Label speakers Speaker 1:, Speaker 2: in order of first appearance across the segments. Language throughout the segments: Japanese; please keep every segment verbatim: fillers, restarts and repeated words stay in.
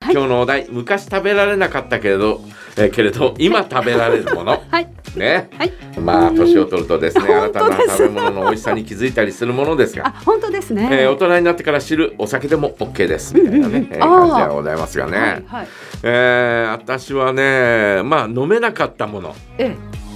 Speaker 1: はい、今日のお題、昔食べられなかったけれど、えー、けれど今食べられるもの、
Speaker 2: はい、
Speaker 1: ね、
Speaker 2: はい、
Speaker 1: まあ年を取るとですね、新たな
Speaker 2: 本当です
Speaker 1: 食べ物の美味しさに気づいたりするものですが、
Speaker 2: あ、本当ですね、
Speaker 1: えー、大人になってから知るお酒でも OK ですみたいなね、うんうんうん、えー、感じではございますがね、はいはい、えー、私はね、まあ飲めなかったもの、え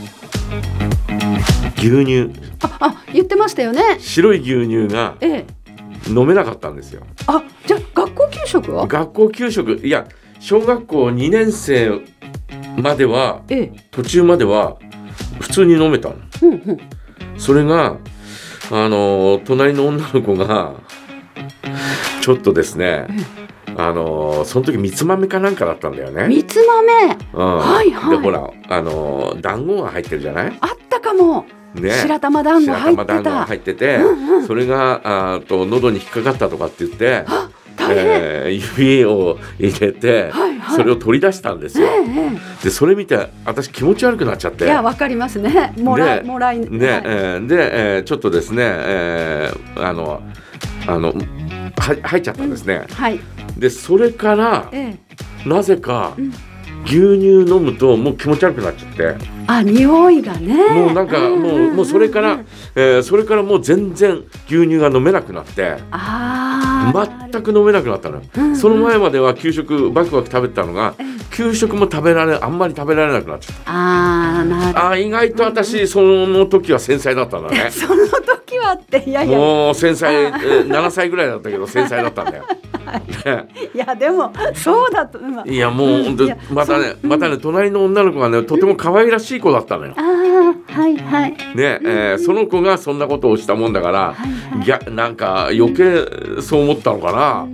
Speaker 1: え、牛乳、
Speaker 2: ああ、言ってましたよね。
Speaker 1: 白い牛乳が飲めなかったんですよ。
Speaker 2: あ、じゃあ学校給食は？
Speaker 1: 学校給食、いや小学校にねん生までは、ええ、途中までは普通に飲めたの、うんうん、それがあの隣の女の子がちょっとですね、ええ、あのその時みつ豆かなんかだったんだよね。
Speaker 2: みつ豆、
Speaker 1: うん、はいはい。でほらあの団子が入ってるじゃない。
Speaker 2: あったかも。ね、白玉団子入ってた。白玉団子が
Speaker 1: 入ってて、うんうん、それがあと喉に引っかかったとかって言って、えー、指を入れて、はいはい、それを取り出したんですよ、ええ、でそれ見て私気持ち悪くなっちゃって。
Speaker 2: いやわかりますね。もらいもらいね、
Speaker 1: はい、えー、で、えー、ちょっとですね、えー、あのあのは入っちゃったんですね、うん、はい、でそれから、ええ、なぜか、うん、牛乳飲むともう気持ち悪くなっちゃって、
Speaker 2: あ、匂いがね、
Speaker 1: もうなんかもう、もうそれから、えー、それからもう全然牛乳が飲めなくなって、あ、全く飲めなくなったの、うんうん、その前までは給食バクバク食べてたのが、給食も食べられあんまり食べられなくなっちゃった。あ、なるほど。あ、意外と私その時は繊細だったんだね。
Speaker 2: その時はっていやいや
Speaker 1: もう繊細、えー、ななさいぐらいだったけど繊細だったんだよ。
Speaker 2: いやでもそうだと、まあ、
Speaker 1: いやもう、うん、またね、またね、隣の女の子がねとても可愛らしい子だったのよ、うん、あ、はいはいね、えー、その子がそんなことをしたもんだから、はいはい、いやなんか余計そう思ったのかな、うん、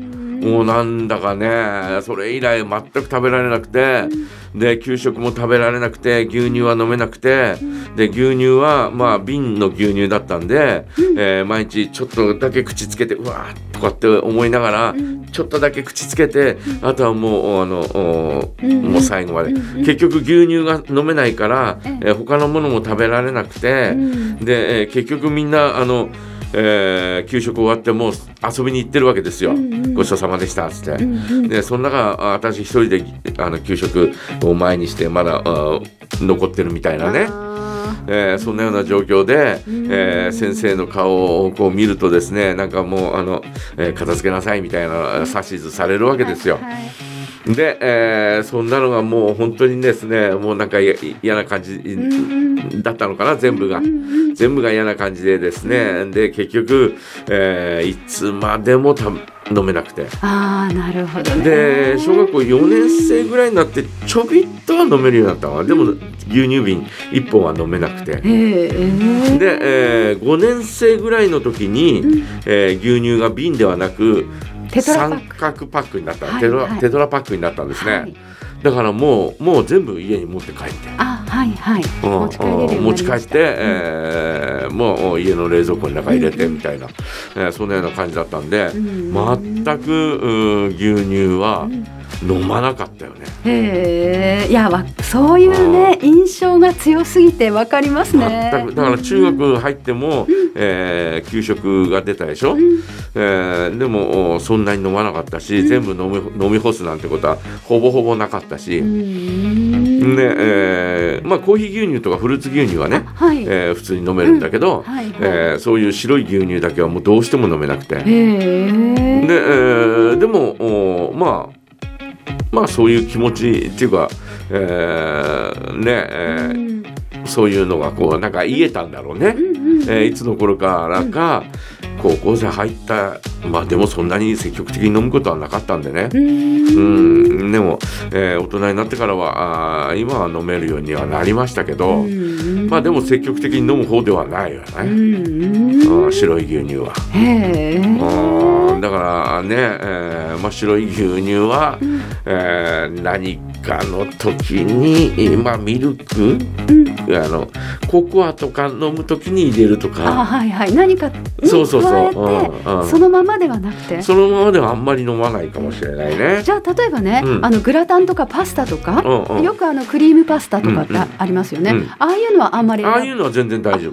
Speaker 1: もうなんだかねそれ以来全く食べられなくて、うん、で給食も食べられなくて牛乳は飲めなくて、うん、で牛乳はまあ瓶の牛乳だったんで、うん、えー、毎日ちょっとだけ口つけてうわーとかって思いながら、うん、ちょっとだけ口つけて、うん、あとはもうあの、うん、もう最後まで、うん、結局牛乳が飲めないから、うん、えー、他のものも食べられなくて、うん、で、えー、結局みんなあのえー、給食終わってもう遊びに行ってるわけですよ、うんうん、ごちそうさまでしたっつって、うんうん、でその中私一人であの給食を前にしてまだ残ってるみたいなね、えー、そんなような状況で、えー、先生の顔をこう見るとですね、なんかもうあの、えー、片付けなさいみたいな指図されるわけですよ、はいはい、で、えー、そんなのがもう本当にですね、もうなんか嫌な感じだったのかな、全部が全部が嫌な感じでですね、で結局、えー、いつまでもた飲めなくて、
Speaker 2: あー、なるほどね。
Speaker 1: で小学校よねん生ぐらいになってちょびっとは飲めるようになったの。でも牛乳瓶いっぽんは飲めなくて、で、えー、ごねん生ぐらいの時に、うん、えー、牛乳が瓶ではなく
Speaker 2: テトラパック、
Speaker 1: 三角パックになった、
Speaker 2: はいはい、
Speaker 1: テトラ、テトラパックになったんですね、はい、だからもう、もう全部家に持って帰って、
Speaker 2: あ、はいはい、うん、持ち帰れるようになりました。
Speaker 1: 持ち帰って、えー、もう家の冷蔵庫の中入れてみたいな、うんうん、えー、そんなような感じだったんで、うん、全く、うん、牛乳は飲まなかったよね。
Speaker 2: へー、いやそういうね印象が強すぎて分かりますね。
Speaker 1: 全くだから中学入っても、うん、えー、給食が出たでしょ、うん、えー、でもそんなに飲まなかったし、うん、全部飲み、飲み干すなんてことはほぼほぼなかったし、うん、で、えーまあ、コーヒー牛乳とかフルーツ牛乳はね、はい、えー、普通に飲めるんだけど、うん、はいはい、えー、そういう白い牛乳だけはもうどうしても飲めなくて、へー、で、えー、でもまあまあそういう気持ちっていうか、えー、ね、えー、そういうのがこうなんか言えたんだろうね、えー、いつの頃からか高校生入った、まあでもそんなに積極的に飲むことはなかったんでね、うん、でも、えー、大人になってからはあ今は飲めるようにはなりましたけど、まあでも積極的に飲む方ではないよね、あ白い牛乳は。へー、だからね、えーまあ、白い牛乳は、えー、何かの時に、まあ、ミルク、うん、あのココアとか飲む時に入れるとか、
Speaker 2: あ、はいはい、何かに
Speaker 1: そうそうそう、
Speaker 2: 加えて、うんうん、そのままではなくて
Speaker 1: そのままではあんまり飲まないかもしれないね。
Speaker 2: じゃあ例えばね、うん、あのグラタンとかパスタとか、うんうん、よくあのクリームパスタとかってありますよね、うんうん、ああいうのはあんまり
Speaker 1: ああいうのは全然大丈夫。
Speaker 2: ああいう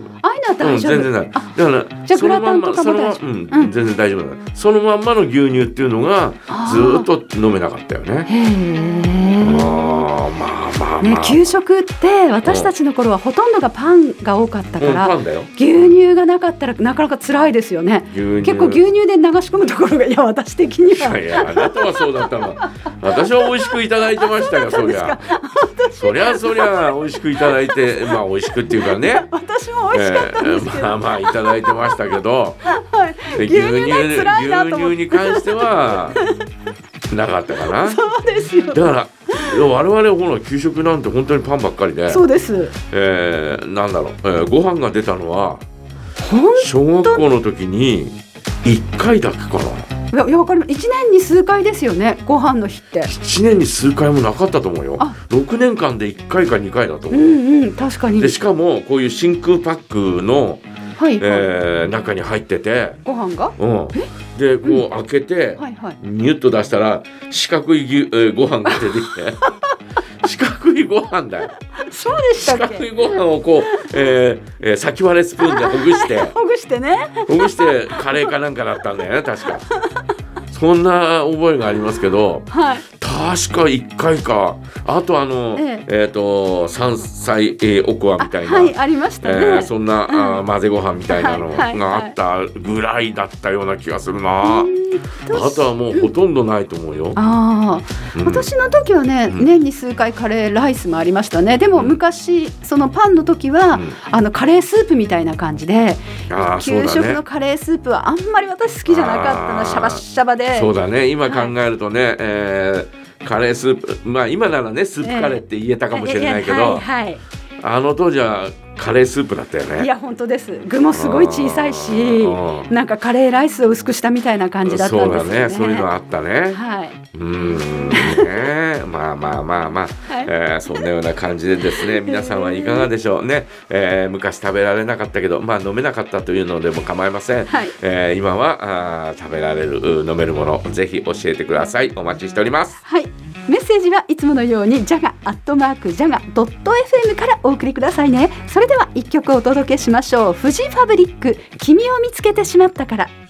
Speaker 2: は大丈夫、
Speaker 1: うん、全然ない。だから
Speaker 2: じゃあグラタンとかも大丈夫、
Speaker 1: うん、うん、全然大丈夫だ。そのまんまの牛乳っていうのがずっと飲めなかったよね。
Speaker 2: へー、
Speaker 1: あー、まあまあまあ、
Speaker 2: ね、給食って私たちの頃はほとんどがパンが多かったから、
Speaker 1: うん、パンだよ。
Speaker 2: 牛乳がなかったらなかなか辛いですよね。結構牛乳で流し込むところが、いや私的には、
Speaker 1: いやいや、あなたはそうだったの。私は美味しくいただいてましたよ。そりゃそりゃそりゃ美味しくいただいて、まあ美味しくっていうかね、
Speaker 2: 私も美味しかったんですけど、
Speaker 1: えー、まあまあいただいてましたけど、
Speaker 2: はい、牛乳が辛いなと思って、
Speaker 1: 牛乳に関してはなかったかな。
Speaker 2: そうですよ。
Speaker 1: だから我々ほら給食なんて本当にパンばっかりで、
Speaker 2: そうです、
Speaker 1: えー、なんだろう、えー、ご飯が出たのは小学校の時にいっかいだけかな。
Speaker 2: いやいや、わかります。いちねんに数回ですよね、ご飯の日って。
Speaker 1: いちねんに数回もなかったと思うよ。ろくねんかんでいっかいかにかいだと思う。
Speaker 2: うんうん、確かに。
Speaker 1: でしかもこういう真空パックの、はいはい、えー、中に入ってて、
Speaker 2: ご飯が、
Speaker 1: うん、でこう開けて、うん、はいはい、ニュッと出したら四角い牛、えー、ご飯が出てきて四角いご飯だよ。
Speaker 2: そうでしたっけ。
Speaker 1: 四角いご飯をこう、えーえー、先割れスプーンでほぐして
Speaker 2: ほぐしてね、
Speaker 1: ほぐしてカレーかなんかだったんだよね、確か。そんな覚えがありますけど、はい、確かいっかいか。あとあの、えええー、と山菜、えー、おこわみたいな、
Speaker 2: はい、ありましたね、
Speaker 1: えー、そんな、うん、あ混ぜご飯みたいなのがあったぐらいだったような気がするな、はいはいはい、あとはもうほとんどないと思うよ、うん、あ、
Speaker 2: うん、私の時はね、うん、年に数回カレーライスもありましたね。でも昔、うん、そのパンの時は、うん、あのカレースープみたいな感じで、あ、給食のカレースープはあんまり私好きじゃなかったな。シャバシャバで。
Speaker 1: そうだね、今考えるとね、はい、えー、カレースープ、まあ今ならねスープカレーって言えたかもしれないけど、えーはいはい、あの当時はカレースープだったよね。
Speaker 2: いや本当です。具もすごい小さいし、なんかカレーライスを薄くしたみたいな感じだったんですよね。
Speaker 1: そうだね、そういうのあったね。
Speaker 2: はい。
Speaker 1: うーんねまあまあまあまあ、はい、えー、そんなような感じでですね、皆さんはいかがでしょうね。えー、昔食べられなかったけど、まあ飲めなかったというのでも構いません。はい、えー、今はあ食べられる飲めるものぜひ教えてください。お待ちしております。
Speaker 2: はい。メッセージはいつものようにジャガアットマークジャガドットエフエムからお送りくださいね。それでは一曲お届けしましょう。フジファブリック、君を見つけてしまったから。